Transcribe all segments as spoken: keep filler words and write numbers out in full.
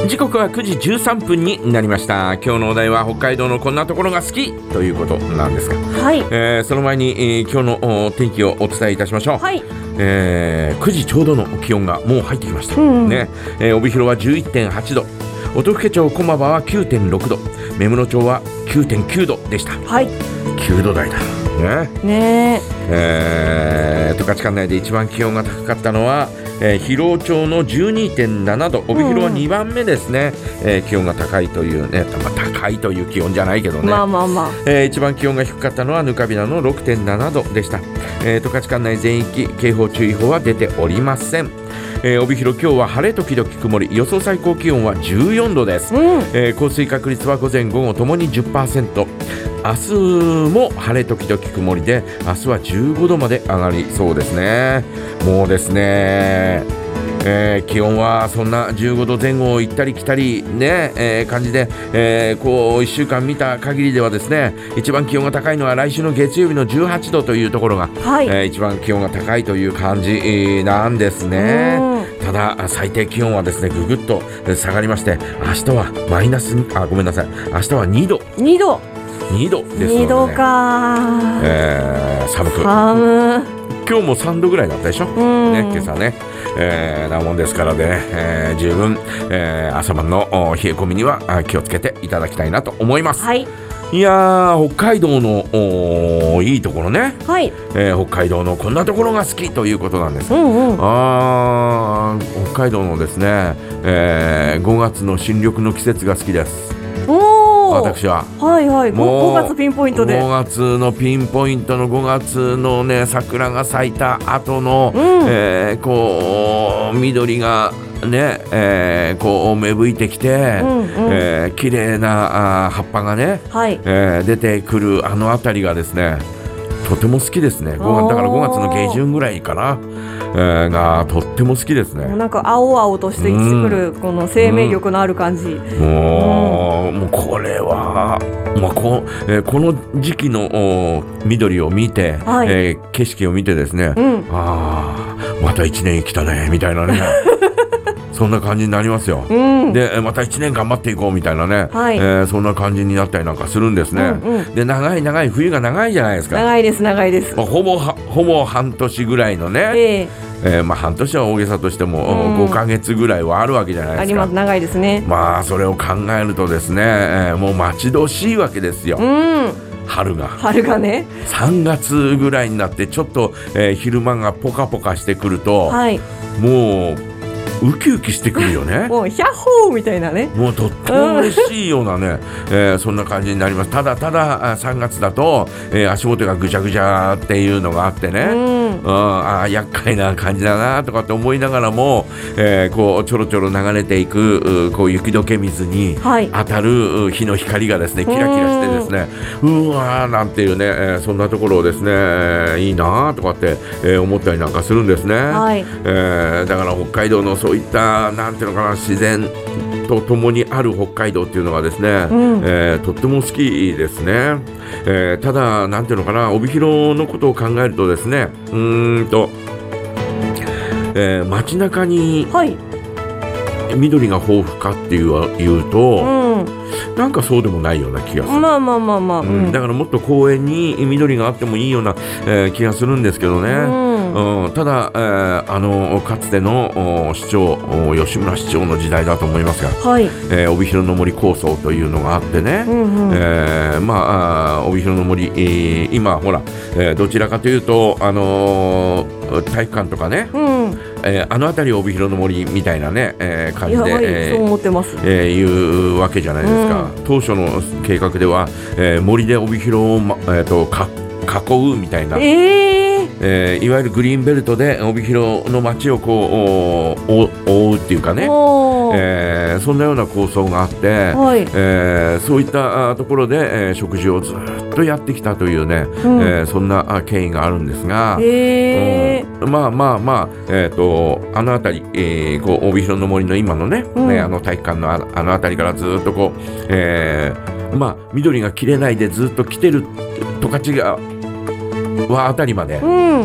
時刻はくじじゅうさんぷんになりました。今日のお題は北海道のこんなところが好きということなんですが、 はい、 えー、その前に、えー、今日の天気をお伝えいたしましょう。 はい、 えー、くじちょうどの気温がもう入ってきました、うんねえー、帯広は じゅういってんはちど、音更町駒場は きゅうてんろくど、芽室町は きゅうてんきゅうどでした。 はい、 きゅうど台だね。 ねえー、十勝管内で一番気温が高かったのは、えー、広尾町の じゅうにてんななど、帯広はにばんめですね、うんえー、気温が高いというね、まあ、高いという気温じゃないけどね、 まあまあまあ、 えー、一番気温が低かったのはぬかびらの ろくてんななどでした。えー、十勝管内全域警報注意報は出ておりません。えー、帯広今日は晴れ時々曇り、予想最高気温はじゅうよんどです、うんえー、降水確率は午前午後ともに じゅっパーセント、明日も晴れ時々曇りで、明日はじゅうごどまで上がりそうですね。もうですね、えー、気温はそんなじゅうごどぜん後を行ったり来たりね、えー、感じで、えー、こういっしゅうかん見た限りではですね、一番気温が高いのは来週の月曜日のじゅうはちどというところが、はいえー、一番気温が高いという感じなんですね。ただ最低気温はですねぐぐっと下がりまして、明日はマイナスあごめんなさい明日はにどにどにどですので、ね、 にどか、 えー、寒く寒今日もさんどぐらいだったでしょ、ね、今朝ね、えー、なもんですからね、えー、十分、えー、朝晩の冷え込みには気をつけていただきたいなと思います。 はいいやー北海道のいいところね、 はいえー、北海道のこんなところが好きということなんです、 うんうん、 あ北海道のですね、えー、ごがつの新緑の季節が好きです。私ははいはい、もうごがつピンポイントでごがつのピンポイントのごがつのね桜が咲いた後の、うんえー、こう緑がね、えー、こう芽吹いてきて、うんうんえー、綺麗なあ葉っぱがね、はいえー、出てくるあのあたりがですねとても好きですね。ごがつだからごがつの下旬ぐらいかな、えー、がとっても好きですね。 もうなんか青々として生きてくる、うん、この生命力のある感じ、 うん、もう、うん、もうこれは、まあ こ, えー、この時期の緑を見て、はいえー、景色を見てですね、うん、あまたいちねん生きたねみたいなねそんな感じになりますよ、うん、でまたいちねん頑張っていこうみたいなね、はいえー、そんな感じになったりなんかするんですね、うんうん、で長い長い冬が長いじゃないですか。 長いです長いです、 まあ、ほぼほぼ半年ぐらいのね、えーえーまあ、半年は大げさとしてもごかげつぐらいはあるわけじゃないですか。あります長いですね。 まあそれを考えるとですね、えー、もう待ち遠しいわけですよ、うん春が春がねさんがつぐらいになってちょっと、えー、昼間がポカポカしてくると、はい、もうウキウキしてくるよねもうヒャッホーみたいなね、 もうとっても嬉しいようなね、えー、そんな感じになります。ただたださんがつだと、えー、足元がぐちゃぐちゃっていうのがあってね、うんうん、あ厄介な感じだなとかって思いながらも、えー、こうちょろちょろ流れていくこう雪解け水に当たる日の光がですね、はい、キラキラしてですね、うわーなんていうね、えー、そんなところをですね、えー、いいなとかって、えー、思ったりなんかするんですね、はいえー、だから北海道のそういったなんていうのかな自然とともにある北海道っていうのがですね、うんえー、とっても好きですね、えー、ただなんていうのかな帯広のことを考えるとですねうーんと、えー、街中に緑が豊富かっていう、いうと、うんなんかそうでもないような気がする。 まあまあまあまあ、うん、 だからもっと公園に緑があってもいいような、えー、気がするんですけどね、うんうん、ただ、えー、あのかつての市長吉村市長の時代だと思いますが、はいえー、帯広の森構想というのがあってね、うんうんえー、まあ帯広の森、えー、今ほら、えー、どちらかというと、あのー、体育館とかね、うんえー、あの辺り帯広の森みたいなね、えー、感じで、 はいえー、そう思ってます、 えー、いうわけじゃないですか、うん、当初の計画では、えー、森で帯広を、まえー、とか囲うみたいな、えーえー、いわゆるグリーンベルトで帯広の街をこう覆うっていうかね、えー、そんなような構想があって、はいえー、そういったところで、えー、食事をずっとやってきたというね、うんえー、そんな経緯があるんですが、えーうん、まあまあまあ、えー、とあの辺り、えー、こう帯広の森の今のね、うん、あの体育館の あ, あの辺りからずっとこう、えー、まあ緑が切れないでずっと来てる十勝がはあたりまで、うん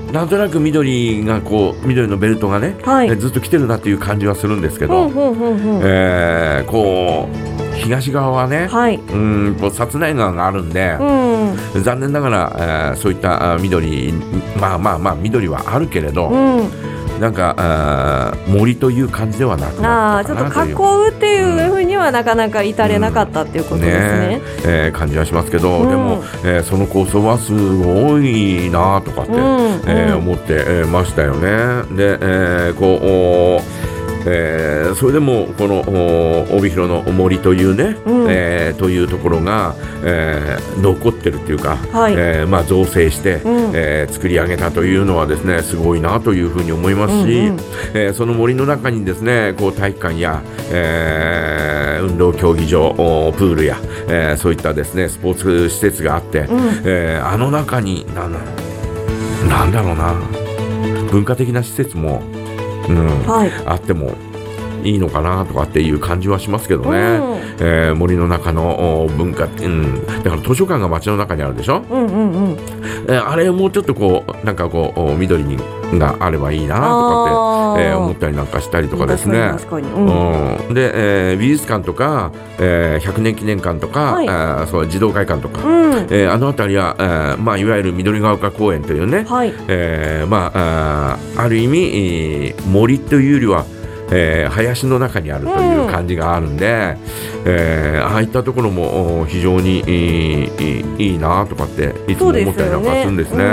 なんとなく緑がこう緑のベルトがね、 はい、 ずっと来てるなっていう感じはするんですけど、 うんうんうんうん、 えー、こう東側はね、 はい、 うんこう薩内川があるんで、うん、残念ながら、えー、そういった緑まあまあまあ緑はあるけれど、うん、なんかあ森という感じではなくなったかなという、 ちょっと囲うっていうふうにはなかなか至れなかったっていうことですね、うんねえー、感じはしますけど、うん、でも、えー、その構想はすごいなとかって、うんえー、思ってましたよね。で、えー、こうえー、それでもこの帯広の森というね、うんえー、というところが、えー、残ってるっていうか、はいえーまあ、造成して、うんえー、作り上げたというのはですねすごいなというふうに思いますし、うんうんえー、その森の中にですねこう体育館や、えー、運動競技場プールや、えー、そういったですねスポーツ施設があって、うんえー、あの中にななんだろうな文化的な施設もうんはい、あってもいいのかなとかっていう感じはしますけどね、うんえー、森の中の文化、うん、だから図書館が街の中にあるでしょ、うんうんうんえー、あれもうちょっとこうなんかこう緑にがあればいいなとかって、えー、思ったりなんかしたりとかですね確かに確かに、うんうん、で、えー、美術館とか、えー、ひゃくねん記念館とか、はいえー、そう児童会館とか、うんえー、あの辺りは、えーまあ、いわゆる緑が丘公園というね、はいえーまあ、あ, ある意味森というよりはえー、林の中にあるという感じがあるんで、うんえー、ああいったところも非常にいい、いいなとかっていつも思ったりなんかするんですね。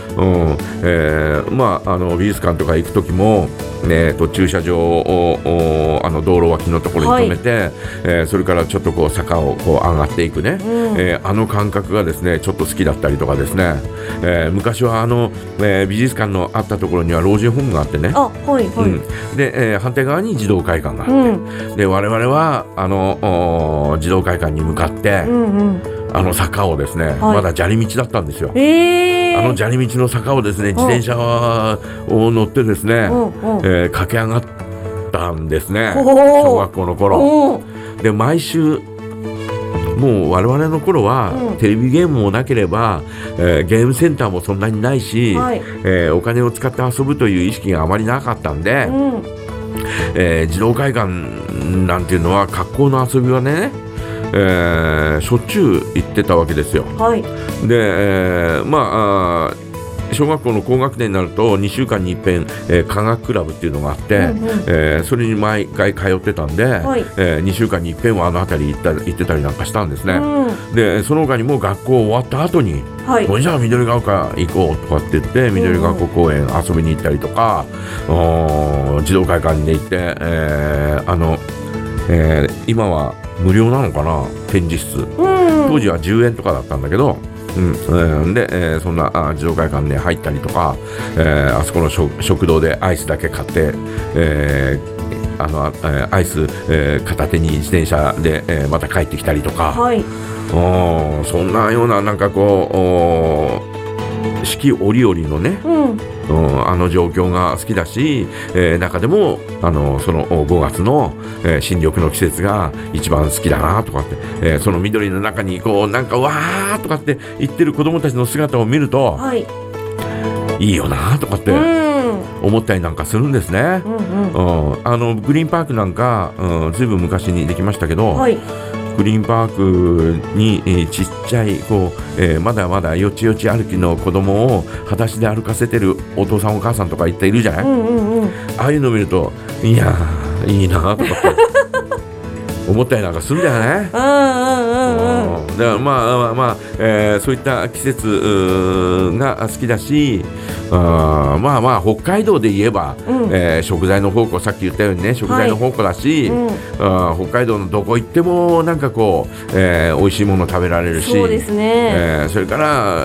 まああの美術館とか行く時もね、と駐車場をあの道路脇のところに止めて、はいえー、それからちょっとこう坂をこう上がっていくね、うんえー、あの感覚がですねちょっと好きだったりとかですね、えー、昔はあの、えー、美術館のあったところには老人ホームがあってねあ、はいはいうんでえー、反対側に児童会館があって、うん、で我々はあの児童会館に向かって、うんうんあの坂をですね、はい、まだ砂利道だったんですよ、えー、あの砂利道の坂をですね自転車を乗ってですね、うんうんえー、駆け上がったんですね小学校の頃で毎週もう我々の頃は、うん、テレビゲームもなければ、えー、ゲームセンターもそんなにないし、はいえー、お金を使って遊ぶという意識があまりなかったんで、うんえー、児童会館なんていうのは学校の遊びはねえー、しょっちゅう行ってたわけですよ、はい、で、えー、まあ小学校の高学年になるとにしゅうかんに一遍、えー、科学クラブっていうのがあって、うんうんえー、それに毎回通ってたんで、はいえー、にしゅうかんに一遍はあの辺り行った、行ってたりなんかしたんですね、うん、でその他にも学校終わった後に、はい、じゃあ緑が丘行こうとかって言って緑が丘公園遊びに行ったりとか、うん、児童会館に行って、えー、あの、えー、今は無料なのかな展示室、うん、当時はじゅうえんとかだったんだけど、うんうん、で、えー、そんなあ児童会館に入ったりとか、えー、あそこの 食, 食堂でアイスだけ買って、えー、あのえー、アイス、えー、片手に自転車で、えー、また帰ってきたりとか、はい、おそんなようななんかこう四季折々のね、うんうん、あの状況が好きだし、えー、中でもあのそのごがつの、えー、新緑の季節が一番好きだなとかって、えー、その緑の中にこうなんかわーとかって言ってる子どもたちの姿を見ると、はい、いいよなとかって思ったりなんかするんですね、うんうんうん、あのグリーンパークなんか、うん、ずいぶん昔にできましたけど、はいグリーンパークに、えー、ちっちゃいこう、えー、まだまだよちよち歩きの子供を裸足で歩かせてるお父さんお母さんとかいっているじゃない、うんうんうん、ああいうのを見るといやーいいなとかって思ったりなんかするんだよね。うんうんうんうん、だからまあまあ、まあえー、そういった季節が好きだしあまあまあ北海道で言えば、うんえー、食材の宝庫さっき言ったようにね食材の宝庫だし、はいうん、あ北海道のどこ行ってもなんかこう、えー、美味しいもの食べられるしそうですね、 えー、それから、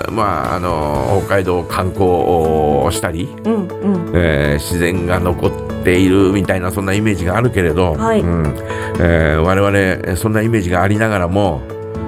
まあ、あの北海道観光をしたり、うんうんえー、自然が残っているみたいなそんなイメージがあるけれど、はいうんえー、我々そんなイメージがありながらも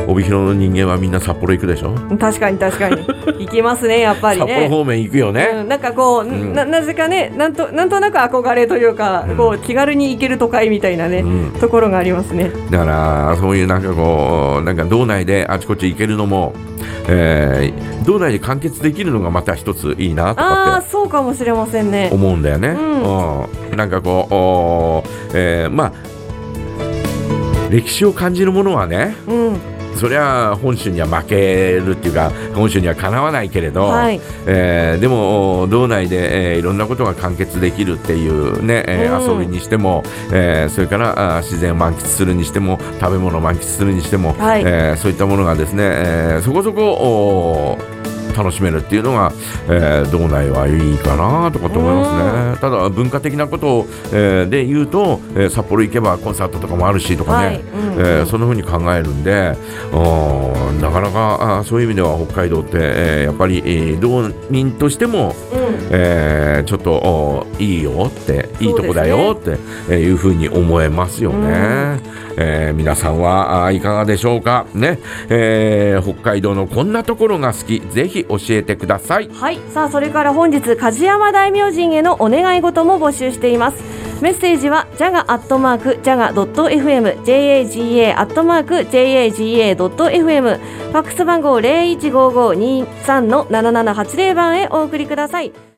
帯広の人間はみんな札幌行くでしょ。 確かに確かに行きますねやっぱりね。 札幌方面行くよね、 うん、なんかこう、 うん、 な, なぜかねなんとなんとなく憧れというか、うん、こう気軽に行ける都会みたいなね、うん、ところがありますね。 だからそういうなんかこうなんか道内であちこち行けるのも、えー、道内で完結できるのがまた一ついいなとかってあそうかもしれませんね思うんだよね、うんうん、なんかこう、えー、まあ歴史を感じるものはね、うん、そりゃ本州には負けるっていうか本州にはかなわないけれど、はい、えー、でも道内で、えー、いろんなことが完結できるっていうね、えーうん、遊びにしても、えー、それからあ自然を満喫するにしても食べ物を満喫するにしても、はい、えー、そういったものがですね、えー、そこそこ楽しめるっていうのが、えー、道内はいいかなとかと思いますね。ただ文化的なことを、えー、で言うと、えー、札幌行けばコンサートとかもあるしとかね、はい、うんうん、えー、そんな風に考えるんでなかなかあそういう意味では北海道って、えー、やっぱり、えー、道民としても、うん、えー、ちょっといいよっていいとこだよって、ね、えー、いう風に思えますよね、うん、えー、皆さんはいかがでしょうかね、えー、北海道のこんなところが好きぜひ教えてください。 はい、さあそれから本日梶山大明神へのお願い事も募集しています。メッセージは ジャガ アットマーク ジャガ ドット エフエム ジェイエージーエー アットマーク ジェイエージーエー ドット エフエム ファックス番号 ゼロいちごーごーにーさんのななななはちゼロ 番へお送りください。